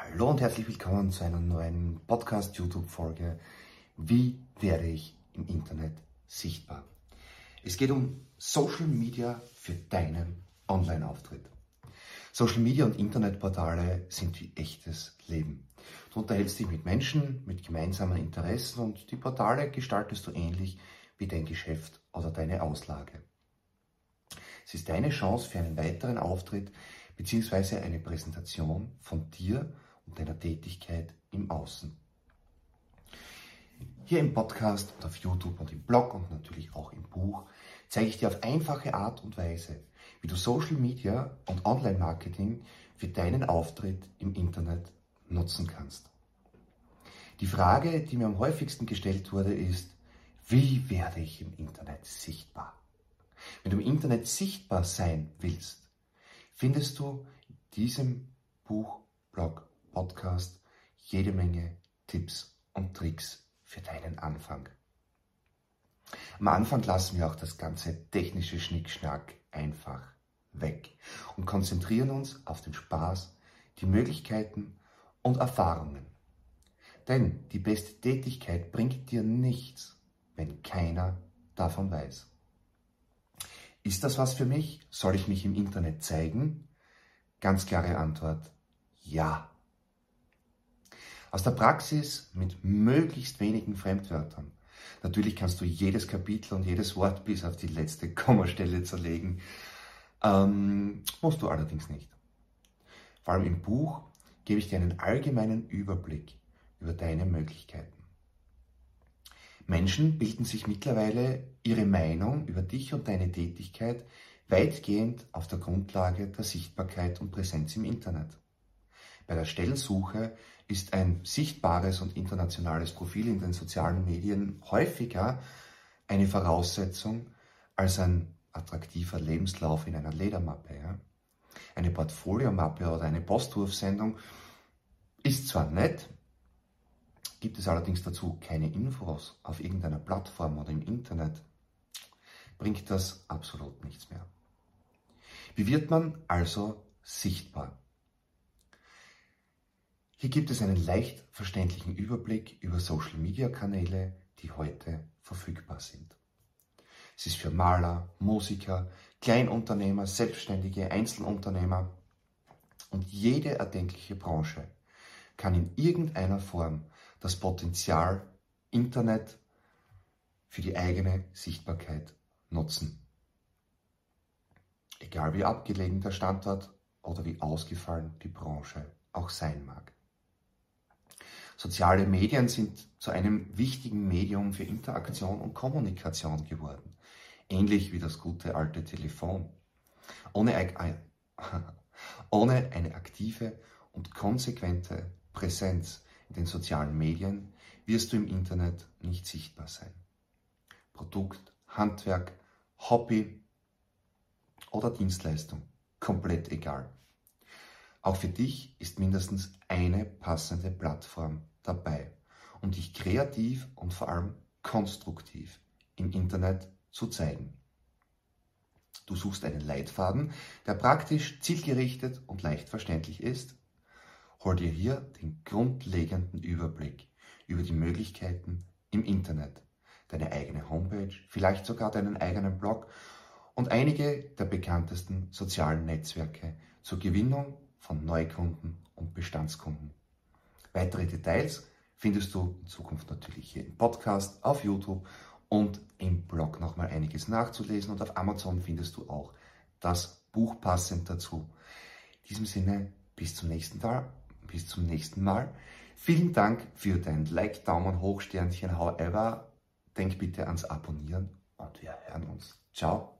Hallo und herzlich willkommen zu einer neuen Podcast-YouTube-Folge. Wie werde ich im Internet sichtbar? Es geht um Social Media für deinen Online-Auftritt. Social Media und Internetportale sind wie echtes Leben. Du unterhältst dich mit Menschen mit gemeinsamen Interessen und die Portale gestaltest du ähnlich wie dein Geschäft oder deine Auslage. Es ist deine Chance für einen weiteren Auftritt bzw. eine Präsentation von dir und deiner Tätigkeit im Außen. Hier im Podcast und auf YouTube und im Blog und natürlich auch im Buch zeige ich dir auf einfache Art und Weise, wie du Social Media und Online-Marketing für deinen Auftritt im Internet nutzen kannst. Die Frage, die mir am häufigsten gestellt wurde, ist: Wie werde ich im Internet sichtbar? Wenn du im Internet sichtbar sein willst, findest du in diesem Buch, Blog, Podcast jede Menge Tipps und Tricks für deinen Anfang. Am Anfang lassen wir auch das ganze technische Schnickschnack einfach weg und konzentrieren uns auf den Spaß, die Möglichkeiten und Erfahrungen. Denn die beste Tätigkeit bringt dir nichts, wenn keiner davon weiß. Ist das was für mich? Soll ich mich im Internet zeigen? Ganz klare Antwort: Ja. Aus der Praxis mit möglichst wenigen Fremdwörtern. Natürlich kannst du jedes Kapitel und jedes Wort bis auf die letzte Kommastelle zerlegen. Musst du allerdings nicht. Vor allem im Buch gebe ich dir einen allgemeinen Überblick über deine Möglichkeiten. Menschen bilden sich mittlerweile ihre Meinung über dich und deine Tätigkeit weitgehend auf der Grundlage der Sichtbarkeit und Präsenz im Internet. Bei der Stellensuche ist ein sichtbares und internationales Profil in den sozialen Medien häufiger eine Voraussetzung als ein attraktiver Lebenslauf in einer Ledermappe. Ja? Eine Portfoliomappe oder eine Postwurfsendung ist zwar nett, gibt es allerdings dazu keine Infos auf irgendeiner Plattform oder im Internet, bringt das absolut nichts mehr. Wie wird man also sichtbar? Hier gibt es einen leicht verständlichen Überblick über Social-Media-Kanäle, die heute verfügbar sind. Es ist für Maler, Musiker, Kleinunternehmer, Selbstständige, Einzelunternehmer und jede erdenkliche Branche kann in irgendeiner Form das Potenzial Internet für die eigene Sichtbarkeit nutzen. Egal wie abgelegen der Standort oder wie ausgefallen die Branche auch sein mag. Soziale Medien sind zu einem wichtigen Medium für Interaktion und Kommunikation geworden. Ähnlich wie das gute alte Telefon. Ohne eine aktive und konsequente Präsenz in den sozialen Medien wirst du im Internet nicht sichtbar sein. Produkt, Handwerk, Hobby oder Dienstleistung, komplett egal. Auch für dich ist mindestens eine passende Plattform dabei, um dich kreativ und vor allem konstruktiv im Internet zu zeigen. Du suchst einen Leitfaden, der praktisch, zielgerichtet und leicht verständlich ist. Hol dir hier den grundlegenden Überblick über die Möglichkeiten im Internet, deine eigene Homepage, vielleicht sogar deinen eigenen Blog und einige der bekanntesten sozialen Netzwerke zur Gewinnung von Neukunden und Bestandskunden. Weitere Details findest du in Zukunft natürlich hier im Podcast, auf YouTube und im Blog nochmal einiges nachzulesen, und auf Amazon findest du auch das Buch passend dazu. In diesem Sinne, bis zum nächsten Mal. Vielen Dank für dein Like, Daumen hoch, Sternchen, however. Denk bitte ans Abonnieren und wir hören uns. Ciao.